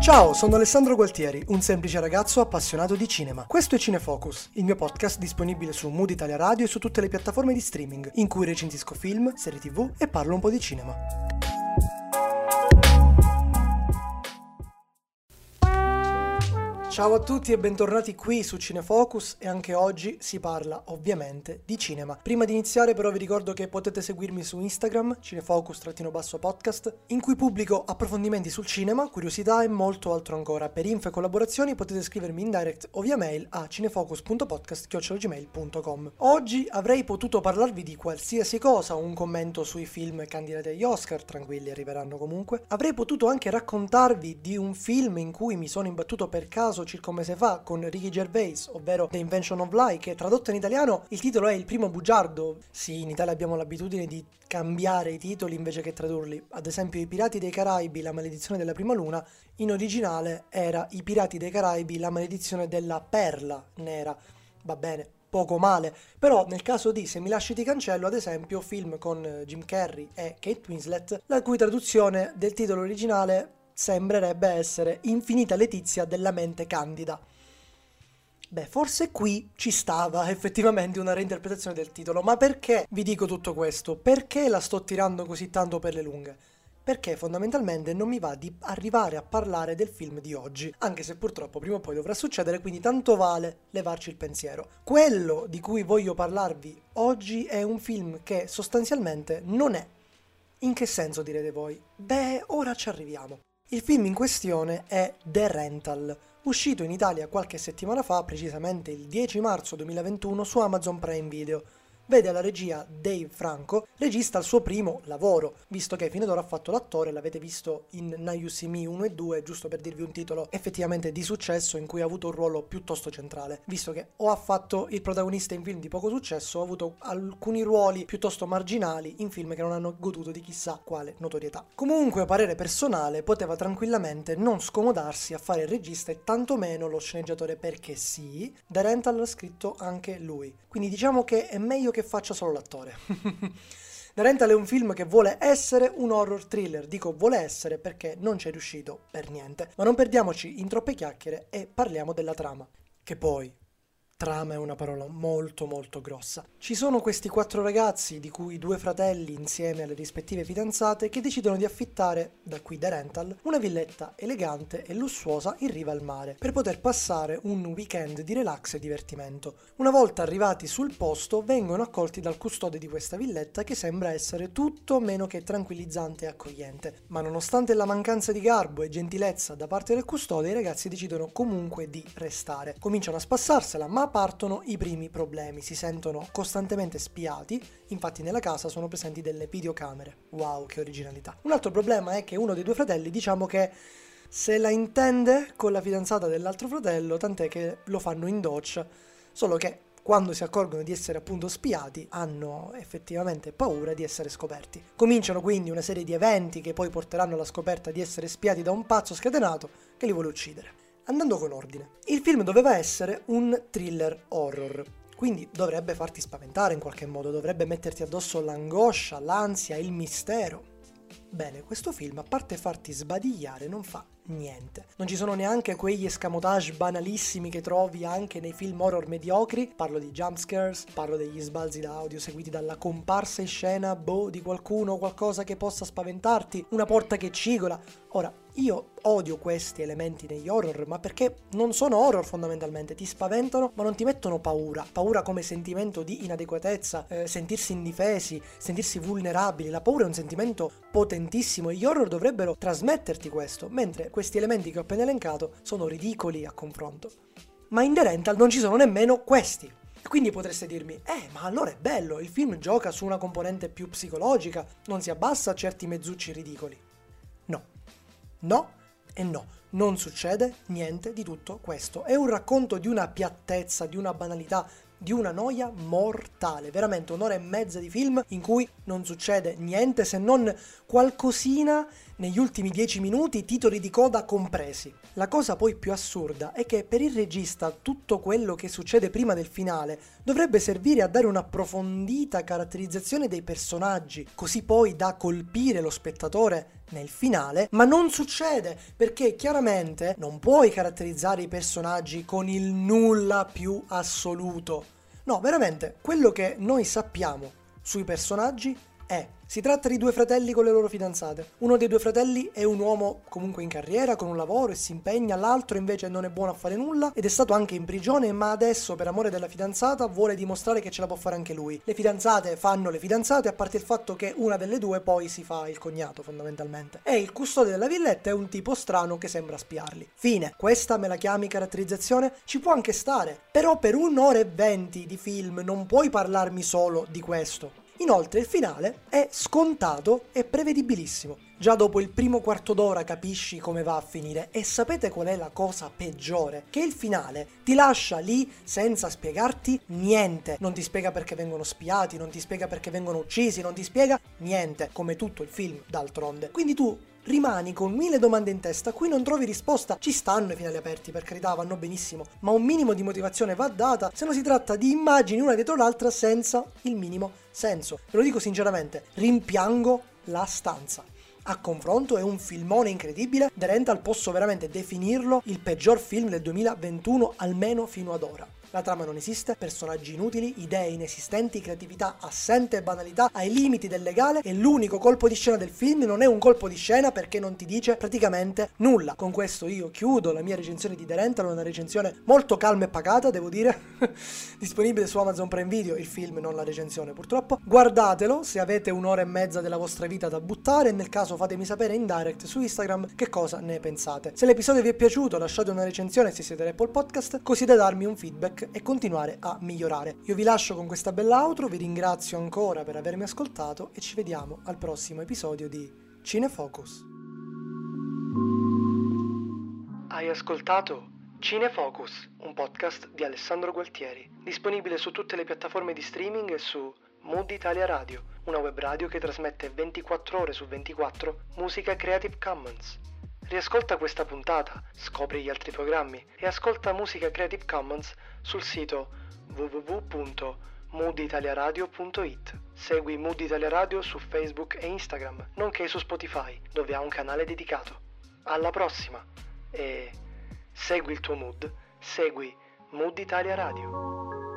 Ciao, sono Alessandro Gualtieri, un semplice ragazzo appassionato di cinema. Questo è Cinefocus, il mio podcast disponibile su Mood Italia Radio e su tutte le piattaforme di streaming, in cui recensisco film, serie TV e parlo un po' di cinema. Ciao a tutti e bentornati qui su Cinefocus e anche oggi si parla ovviamente di cinema. Prima di iniziare però vi ricordo che potete seguirmi su Instagram, cinefocus_podcast, in cui pubblico approfondimenti sul cinema, curiosità e molto altro ancora. Per info e collaborazioni potete scrivermi in direct o via mail a cinefocus.podcast@gmail.com. Oggi avrei potuto parlarvi di qualsiasi cosa, un commento sui film candidati agli Oscar, tranquilli arriveranno comunque. Avrei potuto anche raccontarvi di un film in cui mi sono imbattuto per caso circa un mese fa con Ricky Gervais, ovvero The Invention of Lie, che tradotto in italiano il titolo è Il primo bugiardo. Sì, in Italia abbiamo l'abitudine di cambiare i titoli invece che tradurli. Ad esempio I Pirati dei Caraibi, La maledizione della prima luna, in originale era I Pirati dei Caraibi, La maledizione della perla nera. Va bene, poco male, però nel caso di Se mi lasci ti cancello, ad esempio, film con Jim Carrey e Kate Winslet, la cui traduzione del titolo originale sembrerebbe essere Infinita letizia della mente candida. Beh, forse qui ci stava effettivamente una reinterpretazione del titolo, ma perché vi dico tutto questo? Perché la sto tirando così tanto per le lunghe? Perché fondamentalmente non mi va di arrivare a parlare del film di oggi, anche se purtroppo prima o poi dovrà succedere, quindi tanto vale levarci il pensiero. Quello di cui voglio parlarvi oggi è un film che sostanzialmente non è. In che senso, direte voi? Beh, ora ci arriviamo. Il film in questione è The Rental, uscito in Italia qualche settimana fa, precisamente il 10 marzo 2021 su Amazon Prime Video. Vede alla regia Dave Franco, regista il suo primo lavoro, visto che fino ad ora ha fatto l'attore, l'avete visto in Now You See Me 1 e 2, giusto per dirvi un titolo effettivamente di successo in cui ha avuto un ruolo piuttosto centrale, visto che o ha fatto il protagonista in film di poco successo o ha avuto alcuni ruoli piuttosto marginali in film che non hanno goduto di chissà quale notorietà. Comunque, a parere personale, poteva tranquillamente non scomodarsi a fare il regista e tantomeno lo sceneggiatore, perché sì, The Rental l'ha scritto anche lui, quindi diciamo che è meglio che faccia solo l'attore. The Rental è un film che vuole essere un horror thriller, dico vuole essere perché non ci è riuscito per niente, ma non perdiamoci in troppe chiacchiere e parliamo della trama, che poi trama è una parola molto grossa. Ci sono questi 4 ragazzi, di cui 2 fratelli insieme alle rispettive fidanzate, che decidono di affittare, da qui The Rental, una villetta elegante e lussuosa in riva al mare, per poter passare un weekend di relax e divertimento. Una volta arrivati sul posto, vengono accolti dal custode di questa villetta, che sembra essere tutto meno che tranquillizzante e accogliente. Ma nonostante la mancanza di garbo e gentilezza da parte del custode, i ragazzi decidono comunque di restare. Cominciano a spassarsela, ma partono i primi problemi. Si sentono costantemente spiati, infatti nella casa sono presenti delle videocamere. Wow, che originalità. Un altro problema è che uno dei 2 fratelli, diciamo che se la intende con la fidanzata dell'altro fratello, tant'è che lo fanno in doccia, solo che quando si accorgono di essere appunto spiati hanno effettivamente paura di essere scoperti. Cominciano quindi una serie di eventi che poi porteranno alla scoperta di essere spiati da un pazzo scatenato che li vuole uccidere. Andando con ordine, il film doveva essere un thriller horror, quindi dovrebbe farti spaventare in qualche modo, dovrebbe metterti addosso l'angoscia, l'ansia, il mistero. Bene, questo film, a parte farti sbadigliare, non fa niente. Non ci sono neanche quegli escamotage banalissimi che trovi anche nei film horror mediocri. Parlo di jumpscares, parlo degli sbalzi d'audio seguiti dalla comparsa in scena, di qualcuno o qualcosa che possa spaventarti, una porta che cigola. Ora, io odio questi elementi negli horror, ma perché non sono horror fondamentalmente, ti spaventano ma non ti mettono paura. Paura come sentimento di inadeguatezza, sentirsi indifesi, sentirsi vulnerabili. La paura è un sentimento potentissimo e gli horror dovrebbero trasmetterti questo, mentre questi elementi che ho appena elencato sono ridicoli a confronto. Ma in The Rental non ci sono nemmeno questi. Quindi potreste dirmi, ma allora è bello, il film gioca su una componente più psicologica, non si abbassa a certi mezzucci ridicoli. No e no, non succede niente di tutto questo. È un racconto di una piattezza, di una banalità, di una noia mortale. Veramente 1 ora e mezza di film in cui non succede niente se non qualcosina negli ultimi 10 minuti, titoli di coda compresi. La cosa poi più assurda è che per il regista tutto quello che succede prima del finale dovrebbe servire a dare un'approfondita caratterizzazione dei personaggi, così poi da colpire lo spettatore nel finale, ma non succede perché chiaramente non puoi caratterizzare i personaggi con il nulla più assoluto. No, veramente, quello che noi sappiamo sui personaggi si tratta di due fratelli con le loro fidanzate. Uno dei due fratelli è un uomo comunque in carriera, con un lavoro e si impegna, l'altro invece non è buono a fare nulla ed è stato anche in prigione, ma adesso per amore della fidanzata vuole dimostrare che ce la può fare anche lui. Le fidanzate fanno le fidanzate, a parte il fatto che una delle due poi si fa il cognato fondamentalmente. E il custode della villetta è un tipo strano che sembra spiarli. Fine. Questa me la chiami caratterizzazione? Ci può anche stare, però per 1 ora e 20 di film non puoi parlarmi solo di questo. Inoltre il finale è scontato e prevedibilissimo. Già dopo il primo quarto d'ora capisci come va a finire e sapete qual è la cosa peggiore? Che il finale ti lascia lì senza spiegarti niente. Non ti spiega perché vengono spiati, non ti spiega perché vengono uccisi, non ti spiega niente, come tutto il film d'altronde. Quindi tu rimani con 1000 domande in testa a cui non trovi risposta. Ci stanno i finali aperti, per carità, vanno benissimo, ma un minimo di motivazione va data, se no si tratta di immagini una dietro l'altra senza il minimo senso. Ve lo dico sinceramente, rimpiango La Stanza. A confronto è un filmone incredibile, The Rental posso veramente definirlo il peggior film del 2021 almeno fino ad ora. La trama non esiste, personaggi inutili, idee inesistenti, creatività assente e banalità ai limiti del legale e l'unico colpo di scena del film non è un colpo di scena perché non ti dice praticamente nulla. Con questo io chiudo la mia recensione di The Rental, una recensione molto calma e pacata, devo dire, disponibile su Amazon Prime Video, il film non la recensione purtroppo. Guardatelo se avete 1 ora e mezza della vostra vita da buttare e nel caso fatemi sapere in direct su Instagram che cosa ne pensate. Se l'episodio vi è piaciuto lasciate una recensione se siete Apple Podcast così da darmi un feedback e continuare a migliorare. Io vi lascio con questa bella outro, vi ringrazio ancora per avermi ascoltato e ci vediamo al prossimo episodio di Cinefocus. Hai ascoltato Cinefocus, un podcast di Alessandro Gualtieri, disponibile su tutte le piattaforme di streaming e su Mood Italia Radio, una web radio che trasmette 24 ore su 24 musica Creative Commons. Riascolta questa puntata, scopri gli altri programmi e ascolta musica Creative Commons sul sito www.mooditaliaradio.it. Segui Mood Italia Radio su Facebook e Instagram, nonché su Spotify, dove ha un canale dedicato. Alla prossima e segui il tuo mood, segui Mood Italia Radio.